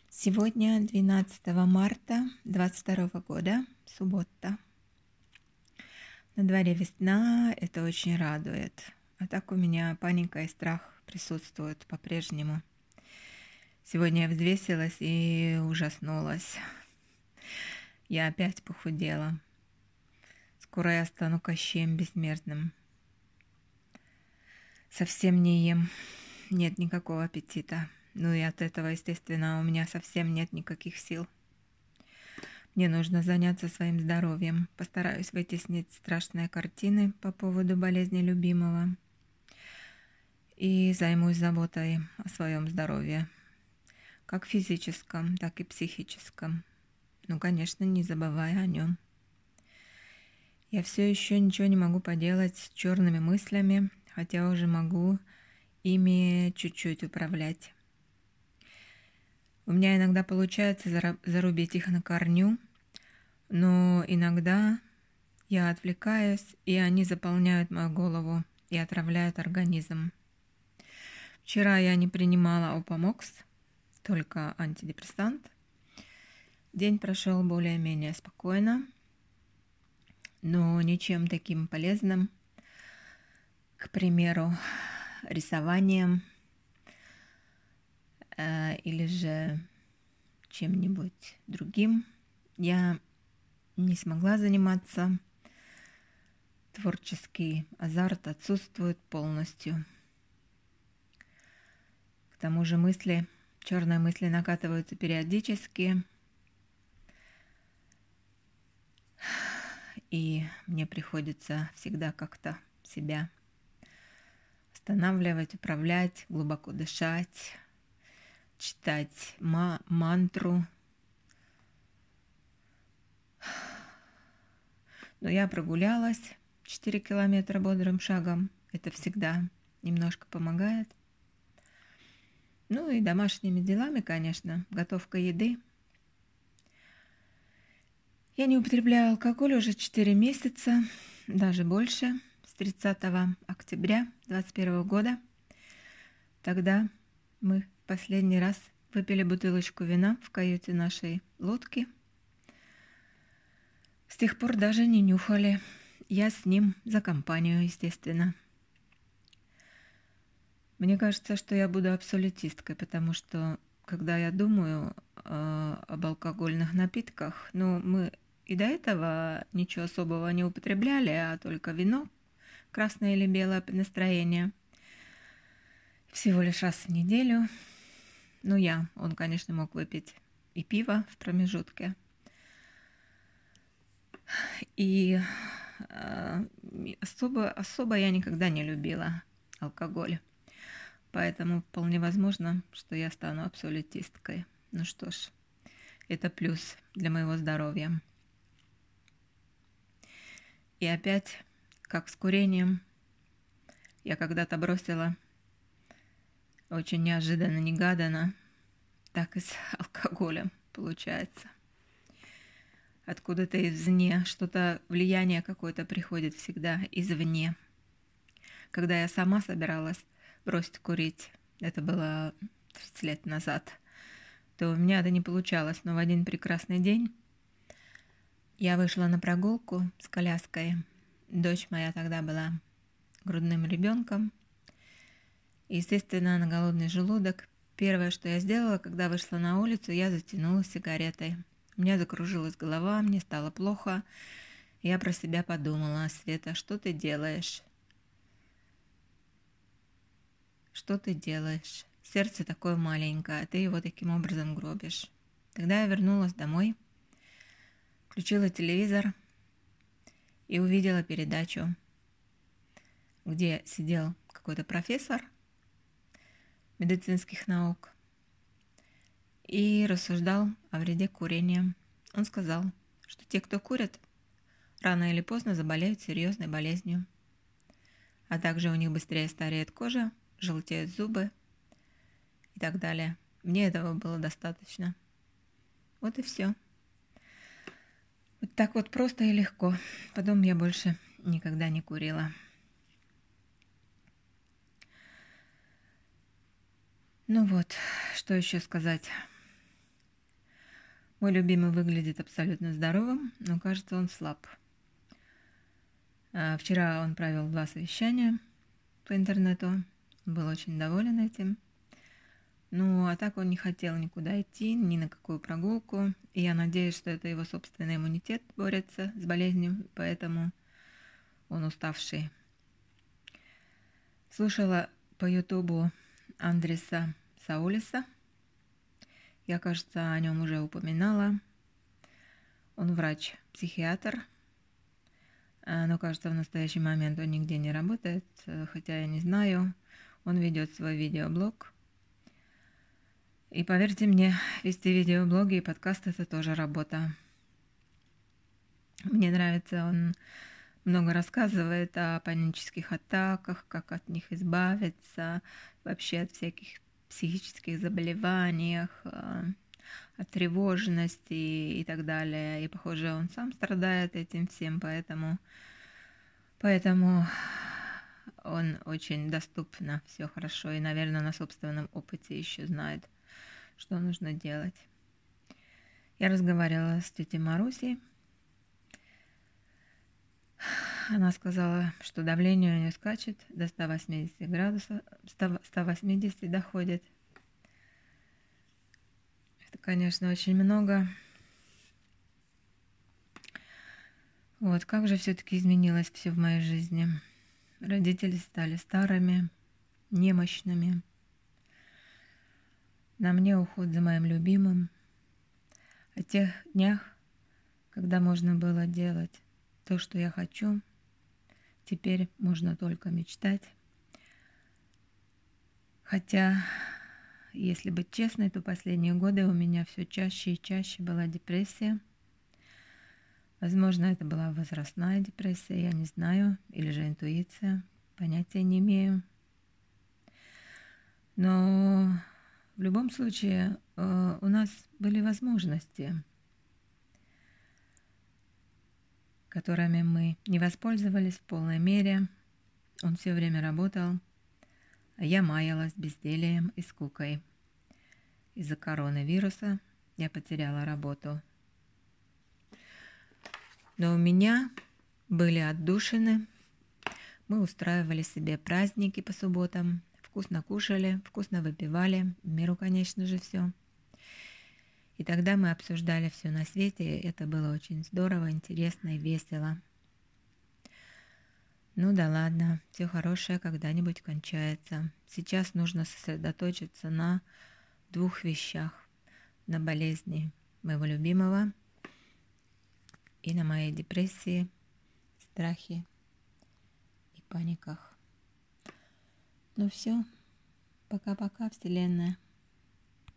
Сегодня 12 марта 2022 года, суббота. На дворе весна, это очень радует. А так у меня паника и страх присутствуют по-прежнему. Сегодня я взвесилась и ужаснулась. Я опять похудела. Скоро я стану Кощеем Бессмертным. Совсем не ем, нет никакого аппетита. Ну и от этого, естественно, у меня совсем нет никаких сил. Мне нужно заняться своим здоровьем. Постараюсь вытеснить страшные картины по поводу болезни любимого. И займусь заботой о своем здоровье. Как физическом, так и психическом. Ну, конечно, не забывая о нем. Я все еще ничего не могу поделать с черными мыслями, хотя уже могу ими чуть-чуть управлять. У меня иногда получается зарубить их на корню, но иногда я отвлекаюсь, и они заполняют мою голову и отравляют организм. Вчера я не принимала Опамокс, только антидепрессант. День прошел более-менее спокойно, но ничем таким полезным, к примеру, рисованием или же чем-нибудь другим я не смогла заниматься. Творческий азарт отсутствует полностью. К тому же черные мысли накатываются периодически, и мне приходится всегда как-то себя останавливать, управлять, глубоко дышать, читать мантру. Но я прогулялась 4 километра бодрым шагом. Это всегда немножко помогает. Ну и домашними делами, конечно, готовка еды. Я не употребляю алкоголь уже 4 месяца, даже больше, с 30 октября 2021 года. Тогда мы последний раз выпили бутылочку вина в каюте нашей лодки. С тех пор даже не нюхали. Я с ним за компанию, естественно. Мне кажется, что я буду абсолютисткой, потому что, когда я думаю об алкогольных напитках, мы и до этого ничего особого не употребляли, а только вино, красное или белое по настроению, всего лишь раз в неделю. Он, конечно, мог выпить и пиво в промежутке. И особо я никогда не любила алкоголь. Поэтому вполне возможно, что я стану абсолютисткой. Ну что ж, это плюс для моего здоровья. И опять, как с курением, я когда-то бросила очень неожиданно, негаданно, так и с алкоголем получается. Откуда-то извне, что-то, влияние какое-то приходит всегда извне. Когда я сама собиралась бросить курить, это было 30 лет назад, то у меня это не получалось. Но в один прекрасный день я вышла на прогулку с коляской. Дочь моя тогда была грудным ребенком. Естественно, на голодный желудок. Первое, что я сделала, когда вышла на улицу, я затянулась сигаретой. У меня закружилась голова, мне стало плохо. Я про себя подумала: Света, что ты делаешь? Что ты делаешь? Сердце такое маленькое, а ты его таким образом гробишь. Тогда я вернулась домой, включила телевизор и увидела передачу, где сидел какой-то профессор медицинских наук и рассуждал о вреде курения. Он сказал, что те, кто курят, рано или поздно заболеют серьезной болезнью, а также у них быстрее стареет кожа, желтеют зубы и так далее. Мне этого было достаточно. Вот и все. Вот так вот просто и легко. Потом я больше никогда не курила. Ну вот, что еще сказать? Мой любимый выглядит абсолютно здоровым, но кажется, он слаб. Вчера он провел 2 совещания по интернету, был очень доволен этим. Ну, а так он не хотел никуда идти, ни на какую прогулку. И я надеюсь, что это его собственный иммунитет борется с болезнью, поэтому он уставший. Слушала по Ютубу Андреса Саулиса. Я, кажется, о нем уже упоминала. Он врач-психиатр, но, кажется, в настоящий момент он нигде не работает, хотя я не знаю. Он ведет свой видеоблог. И поверьте мне, вести видеоблоги и подкасты – это тоже работа. Мне нравится, он много рассказывает о панических атаках, как от них избавиться, вообще от всяких психических заболеваниях, от тревожности и так далее. И, похоже, он сам страдает этим всем, поэтому он очень доступно, все хорошо, и, наверное, на собственном опыте еще знает, что нужно делать. Я разговаривала с тетей Марусей. Она сказала, что давление у нее скачет до 180 градусов, 180 доходит. Это, конечно, очень много. Вот, как же все-таки изменилось все в моей жизни. Родители стали старыми, немощными. На мне уход за моим любимым. О тех днях, когда можно было делать то, что я хочу, теперь можно только мечтать. Хотя, если быть честной, то последние годы у меня все чаще и чаще была депрессия. Возможно, это была возрастная депрессия, я не знаю, или же интуиция, понятия не имею. Но в любом случае у нас были возможности, которыми мы не воспользовались в полной мере. Он все время работал, а я маялась бездельем и скукой. Из-за коронавируса я потеряла работу. Но у меня были отдушины. Мы устраивали себе праздники по субботам, вкусно кушали, вкусно выпивали, в меру, конечно же, все. И тогда мы обсуждали все на свете, и это было очень здорово, интересно и весело. Ну да ладно, все хорошее когда-нибудь кончается. Сейчас нужно сосредоточиться на 2 вещах. На болезни моего любимого и на моей депрессии, страхе и паниках. Ну все, пока-пока, Вселенная.